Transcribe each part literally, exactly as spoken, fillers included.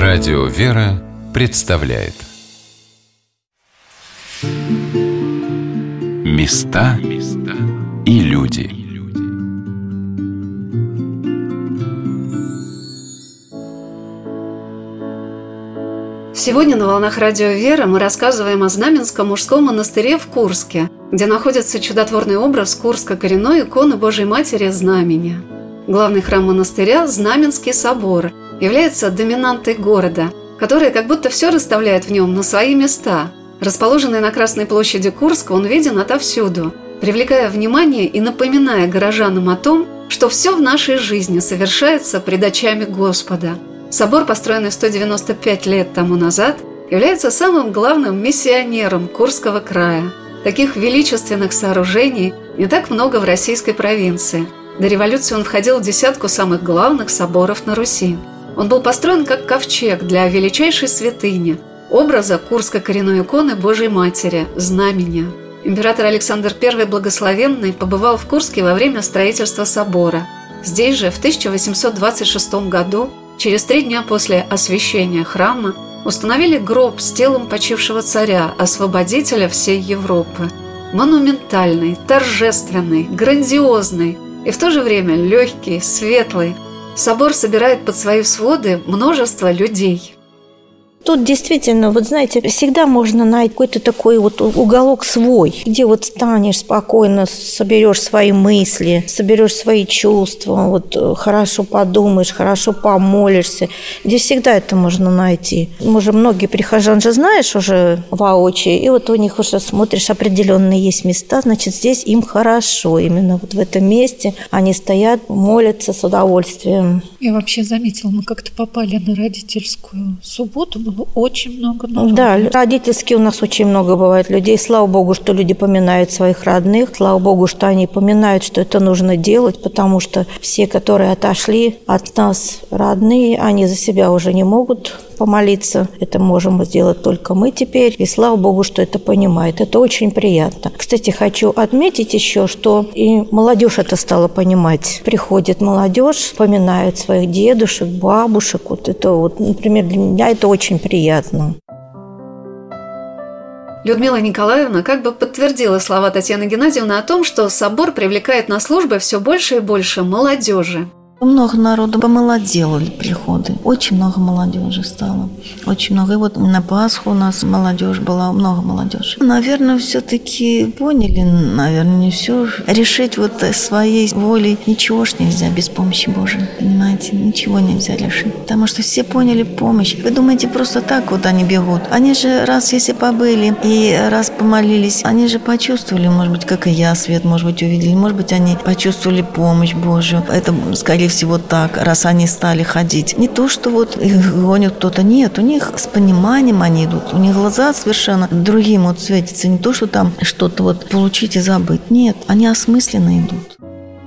Радио «Вера» представляет Места и люди. Сегодня на волнах Радио «Вера» мы рассказываем о Знаменском мужском монастыре в Курске, где находится чудотворный образ Курско-коренной иконы Божией Матери Знамения. Главный храм монастыря – Знаменский собор, является доминантой города, которая как будто все расставляет в нем на свои места. Расположенный на Красной площади Курска, он виден отовсюду, привлекая внимание и напоминая горожанам о том, что все в нашей жизни совершается пред очами Господа. Собор, построенный сто девяносто пять лет тому назад, является самым главным миссионером Курского края. Таких величественных сооружений не так много в российской провинции. До революции он входил в десятку самых главных соборов на Руси. Он был построен как ковчег для величайшей святыни, образа Курско-коренной иконы Божией Матери, Знамения. Император Александр Первый Благословенный побывал в Курске во время строительства собора. Здесь же в тысяча восемьсот двадцать шестом году, через три дня после освящения храма, установили гроб с телом почившего царя, освободителя всей Европы. Монументальный, торжественный, грандиозный и в то же время легкий, светлый. Собор собирает под свои своды множество людей. Тут действительно, вот знаете, всегда можно найти какой-то такой вот уголок свой, где вот станешь спокойно, соберешь свои мысли, соберешь свои чувства, вот хорошо подумаешь, хорошо помолишься. Здесь всегда это можно найти. Уже многие прихожан же знаешь уже воочию, и вот у них уже смотришь, определенные есть места, значит, здесь им хорошо. Именно вот в этом месте они стоят, молятся с удовольствием. Я вообще заметила, мы как-то попали на родительскую субботу, было очень много народу. Да, родительские у нас очень много бывает людей. Слава Богу, что люди поминают своих родных. Слава Богу, что они поминают, что это нужно делать, потому что все, которые отошли от нас, родные, они за себя уже не могут помолиться. Это можем сделать только мы теперь. И слава Богу, что это понимает. Это очень приятно. Кстати, хочу отметить еще, что и молодежь это стала понимать. Приходит молодежь, поминает своих дедушек, бабушек. Вот это вот, например, для меня это очень приятно. Людмила Николаевна как бы подтвердила слова Татьяны Геннадьевны о том, что собор привлекает на службы все больше и больше молодежи. Много народу помолодело приходы. Очень много молодежи стало. Очень много. И вот на Пасху у нас молодежь была, много молодежи. Наверное, все-таки поняли, наверное, не все. Решить вот своей волей ничего ж нельзя без помощи Божией. Понимаете? Ничего нельзя решить. Потому что все поняли помощь. Вы думаете, просто так вот они бегут? Они же раз если побыли и раз помолились, они же почувствовали, может быть, как и я, свет, может быть, увидели. Может быть, они почувствовали помощь Божью. Это скорее всего так, раз они стали ходить. Не то, что вот их гонит кто-то. Нет, у них с пониманием они идут. У них глаза совершенно другим вот светятся. Не то, что там что-то вот получить и забыть. Нет, они осмысленно идут.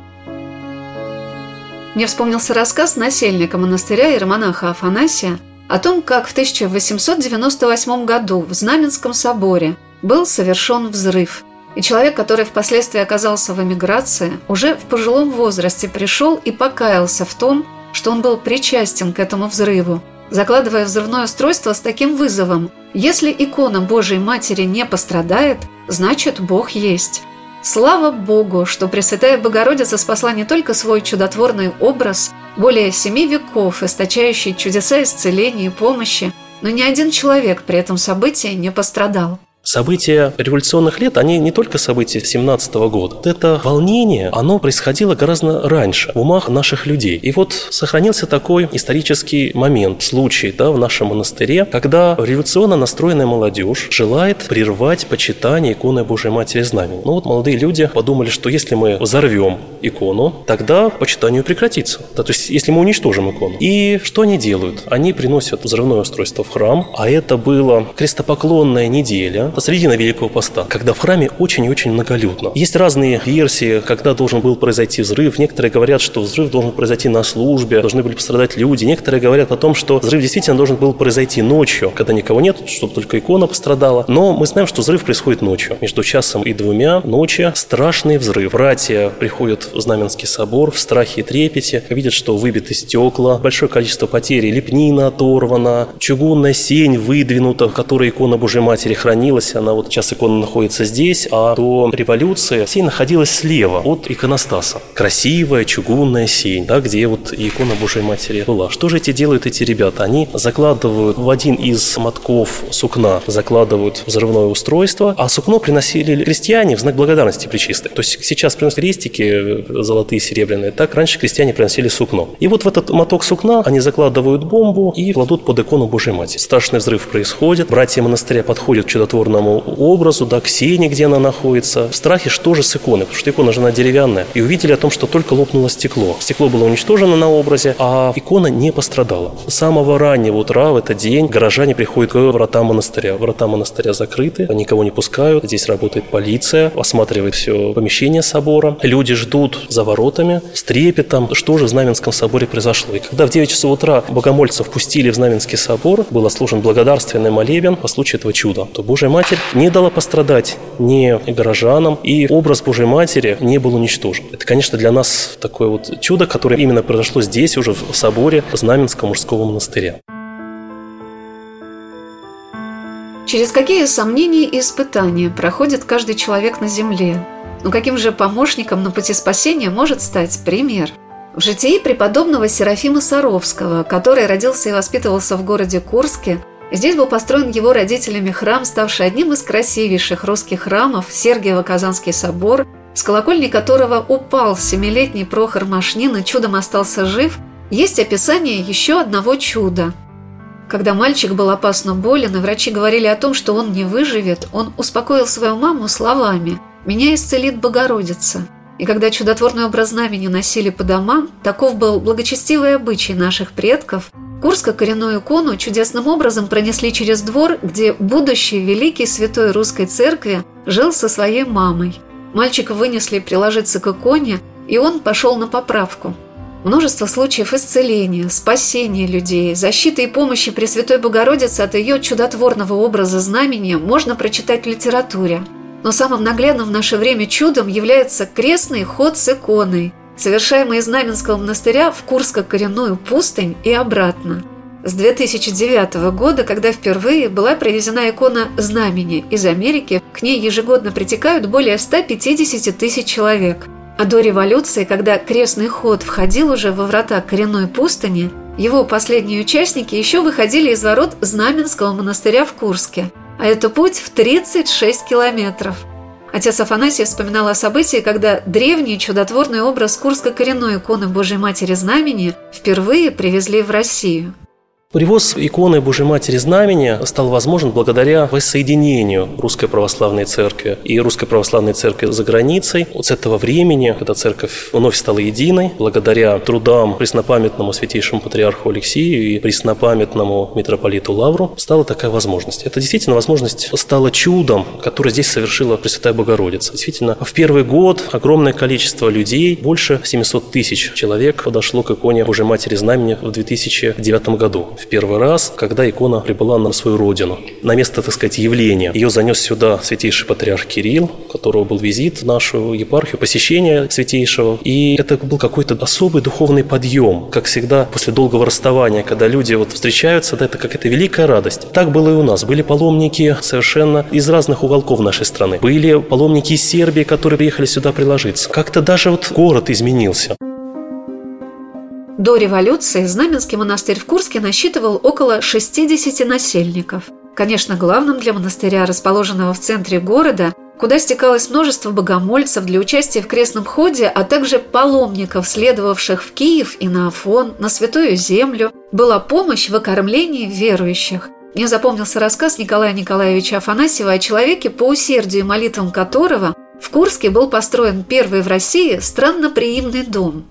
Мне вспомнился рассказ насельника монастыря иеромонаха Афанасия о том, как в тысяча восемьсот девяносто восьмом году в Знаменском соборе был совершен взрыв. И человек, который впоследствии оказался в эмиграции, уже в пожилом возрасте пришел и покаялся в том, что он был причастен к этому взрыву, закладывая взрывное устройство с таким вызовом: если икона Божией Матери не пострадает, значит Бог есть. Слава Богу, что Пресвятая Богородица спасла не только свой чудотворный образ, более семи веков источающий чудеса исцеления и помощи, но ни один человек при этом событии не пострадал. События революционных лет, они не только события семнадцатого года. Это волнение, оно происходило гораздо раньше в умах наших людей. И вот сохранился такой исторический момент, случай, да, в нашем монастыре, когда революционно настроенная молодежь желает прервать почитание иконы Божией Матери Знамения. Ну вот молодые люди подумали, что если мы взорвем икону, тогда почитание прекратится. Да, то есть если мы уничтожим икону. И что они делают? Они приносят взрывное устройство в храм, а это была крестопоклонная неделя. середина Великого Поста, когда в храме очень и очень многолюдно. Есть разные версии, когда должен был произойти взрыв. Некоторые говорят, что взрыв должен произойти на службе, должны были пострадать люди. Некоторые говорят о том, что взрыв действительно должен был произойти ночью, когда никого нет, чтобы только икона пострадала. Но мы знаем, что взрыв происходит ночью. Между часом и двумя ночи страшный взрыв. Братья приходят в Знаменский собор в страхе и трепете, видят, что выбиты стекла, большое количество потерь, лепнина оторвана, чугунная сень выдвинута, в которой икона Божьей Матери хранилась. Она вот сейчас икона находится здесь, а до революции сень находилась слева от иконостаса. Красивая чугунная сень, да, где вот икона Божьей Матери была. Что же эти делают эти ребята? Они закладывают в один из мотков сукна, закладывают взрывное устройство, а сукно приносили крестьяне в знак благодарности Пречистой. То есть сейчас приносят крестики золотые, серебряные, так раньше крестьяне приносили сукно. И вот в этот моток сукна они закладывают бомбу и кладут под икону Божьей Матери. Страшный взрыв происходит, братья монастыря подходят к чудотворному образу, да, к сене, где она находится, в страхе, что же с иконой, потому что икона же она деревянная, и увидели о том, что только лопнуло стекло. Стекло было уничтожено на образе, а икона не пострадала. С самого раннего утра в этот день горожане приходят к вратам монастыря. Врата монастыря закрыты, никого не пускают, здесь работает полиция, осматривает все помещение собора. Люди ждут за воротами с трепетом, что же в Знаменском соборе произошло. И когда в девять часов утра богомольцев пустили в Знаменский собор, был отслужен благодарственный молебен по случаю этого чуда, то Божья Матерь не дала пострадать ни горожанам, и образ Божьей Матери не был уничтожен. Это, конечно, для нас такое вот чудо, которое именно произошло здесь, уже в соборе Знаменского мужского монастыря. Через какие сомнения и испытания проходит каждый человек на земле? Но каким же помощником на пути спасения может стать пример? В житии преподобного Серафима Саровского, который родился и воспитывался в городе Курске, здесь был построен его родителями храм, ставший одним из красивейших русских храмов, Сергиево-Казанский собор, с колокольни которого упал семилетний Прохор Машнин и чудом остался жив, есть описание еще одного чуда. Когда мальчик был опасно болен, и врачи говорили о том, что он не выживет, он успокоил свою маму словами: «Меня исцелит Богородица». И когда чудотворный образ знамени носили по домам, таков был благочестивый обычай наших предков, курско-коренную икону чудесным образом пронесли через двор, где будущий великий святой русской церкви жил со своей мамой. Мальчика вынесли приложиться к иконе, и он пошел на поправку. Множество случаев исцеления, спасения людей, защиты и помощи Пресвятой Богородицы от ее чудотворного образа знамения можно прочитать в литературе. Но самым наглядным в наше время чудом является крестный ход с иконой, совершаемый из Знаменского монастыря в Курско-коренную пустынь и обратно. С две тысячи девятого года, когда впервые была привезена икона знамени из Америки, к ней ежегодно притекают более ста пятидесяти тысяч человек. А до революции, когда крестный ход входил уже во врата коренной пустыни, его последние участники еще выходили из ворот Знаменского монастыря в Курске. А это путь в тридцать шесть километров. Отец Афанасий вспоминал о событии, когда древний чудотворный образ курско-коренной иконы Божьей Матери Знамени впервые привезли в Россию. Привоз иконы Божьей Матери Знамения стал возможен благодаря воссоединению Русской Православной Церкви и Русской Православной Церкви за границей. Вот с этого времени, когда церковь вновь стала единой, благодаря трудам преснопамятному святейшему патриарху Алексию и преснопамятному митрополиту Лавру, стала такая возможность. Это действительно возможность стала чудом, которое здесь совершила Пресвятая Богородица. Действительно, в первый год огромное количество людей, больше семисот тысяч человек, подошло к иконе Божьей Матери Знамения в две тысячи девятом году. В первый раз, когда икона прибыла на свою родину, на место, так сказать, явления. Ее занес сюда святейший патриарх Кирилл, у которого был визит в нашу епархию, посещение святейшего. И это был какой-то особый духовный подъем. Как всегда, после долгого расставания, когда люди вот встречаются, да, это какая-то великая радость. Так было и у нас. Были паломники совершенно из разных уголков нашей страны. Были паломники из Сербии, которые приехали сюда приложиться. Как-то даже вот город изменился. До революции Знаменский монастырь в Курске насчитывал около шестидесяти насельников. Конечно, главным для монастыря, расположенного в центре города, куда стекалось множество богомольцев для участия в крестном ходе, а также паломников, следовавших в Киев и на Афон, на Святую Землю, была помощь в окормлении верующих. Мне запомнился рассказ Николая Николаевича Афанасьева о человеке, по усердию и молитвам которого в Курске был построен первый в России странноприимный дом.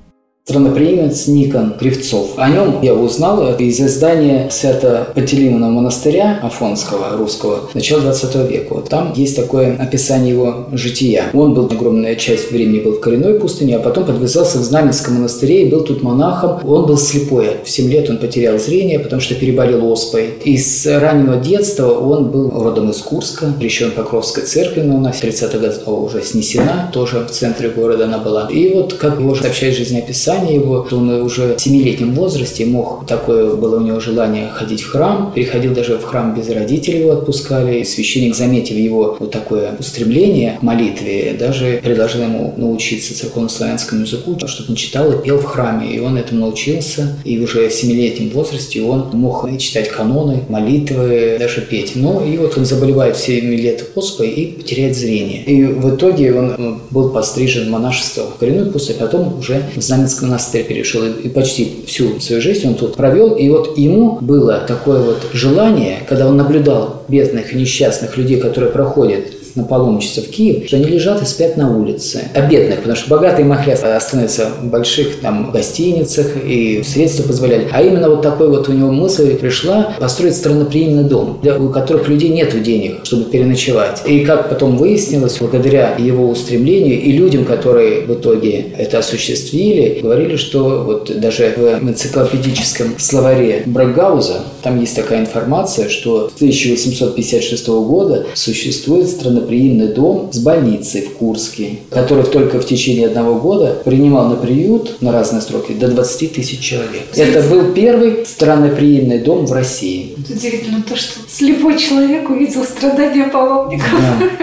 Странноприимец Никон Кривцов. О нем я узнал из издания Свято-Пантелеймонова монастыря Афонского, русского, начала двадцатого века. Вот там есть такое описание его жития. Он был, огромная часть времени был в коренной пустыне, а потом подвязался в Знаменском монастыре и был тут монахом. Он был слепой. В семь лет он потерял зрение, потому что переболел оспой. И с раннего детства он был родом из Курска, крещен Покровской церкви, но у нас в тридцатых годах уже снесена, тоже в центре города она была. И вот, как его сообщает жизнеописание его, он уже в семилетнем возрасте мог, такое было у него желание ходить в храм, переходил даже в храм без родителей, его отпускали. И священник, заметив его вот такое устремление к молитве, даже предложил ему научиться церковно-славянскому языку, чтобы он читал и пел в храме. И он этому научился, и уже в семилетнем возрасте он мог читать каноны, молитвы, даже петь. Ну и вот он заболевает в семь лет оспой и теряет зрение. И в итоге он был пострижен в монашество в коренную пустыню, а потом уже в Знаменский монастырь перешел. И почти всю свою жизнь он тут провел. И вот ему было такое вот желание, когда он наблюдал бедных и несчастных людей, которые проходят на паломничество в Киев, что они лежат и спят на улице. А бедных, потому что богатые могли остановиться в больших там гостиницах, и средства позволяли. А именно вот такой вот у него мысль пришла построить странноприимный дом, для, у которых людей нет денег, чтобы переночевать. И как потом выяснилось, благодаря его устремлению и людям, которые в итоге это осуществили, говорили, что вот даже в энциклопедическом словаре Брагауза там есть такая информация, что с тысяча восемьсот пятьдесят шестого года существует странноприимный приемный дом с больницей в Курске, который только в течение одного года принимал на приют на разные сроки до двадцати тысяч человек. Это был первый странноприимный дом в России. Удивительно то, что слепой человек увидел страдания паломников. Да.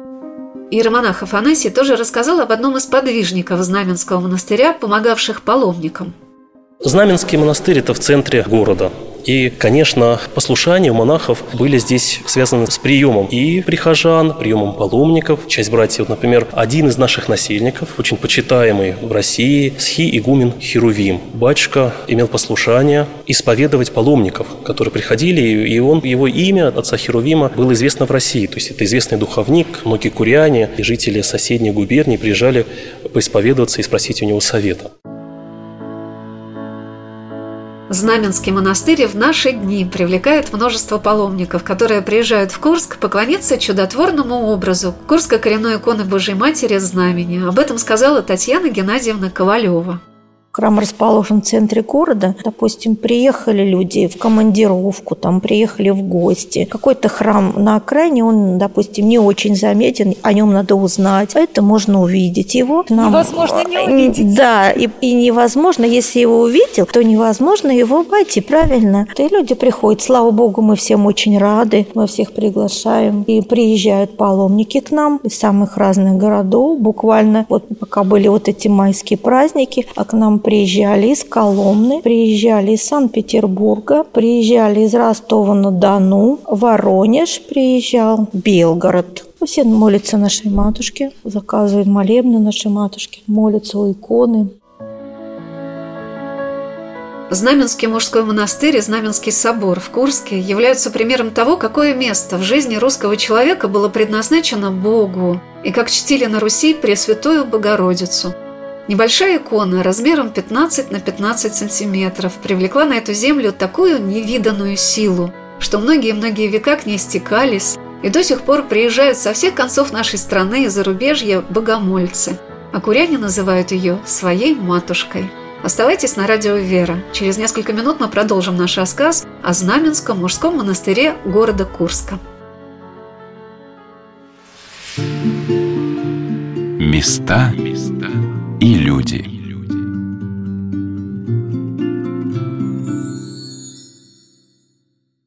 Иеромонах Афанасий тоже рассказал об одном из подвижников Знаменского монастыря, помогавших паломникам. Знаменский монастырь – это в центре города. И, конечно, послушания у монахов были здесь связаны с приемом и прихожан, приемом паломников. Часть братьев, например, один из наших насельников, очень почитаемый в России, схи-игумен Херувим. Батюшка имел послушание исповедовать паломников, которые приходили, и он, его имя, отца Херувима, было известно в России. То есть это известный духовник, многие куряне и жители соседней губернии приезжали поисповедоваться и спросить у него совета. Знаменский монастырь в наши дни привлекает множество паломников, которые приезжают в Курск поклониться чудотворному образу Курской коренной иконы Божией Матери Знамения. Об этом сказала Татьяна Геннадьевна Ковалева. Храм расположен в центре города. Допустим, приехали люди в командировку, там приехали в гости. Какой-то храм на окраине, он, допустим, не очень заметен, о нем надо узнать. Это можно увидеть его. Нам... Невозможно не увидеть. Да, и, и невозможно, если его увидел, то невозможно его обойти, правильно? И люди приходят. Слава Богу, мы всем очень рады. Мы всех приглашаем. И приезжают паломники к нам из самых разных городов. Буквально, вот пока были вот эти майские праздники, а к нам приезжали из Коломны, приезжали из Санкт-Петербурга, приезжали из Ростова-на-Дону, Воронеж приезжал, Белгород. Все молятся нашей матушке, заказывают молебны нашей матушке, молятся у иконы. Знаменский мужской монастырь и Знаменский собор в Курске являются примером того, какое место в жизни русского человека было предназначено Богу и как чтили на Руси Пресвятую Богородицу. Небольшая икона размером пятнадцать на пятнадцать сантиметров привлекла на эту землю такую невиданную силу, что многие-многие века к ней стекались, и до сих пор приезжают со всех концов нашей страны и зарубежья богомольцы, а куряне называют ее своей матушкой. Оставайтесь на радио «Вера». Через несколько минут мы продолжим наш рассказ о Знаменском мужском монастыре города Курска. Места и люди.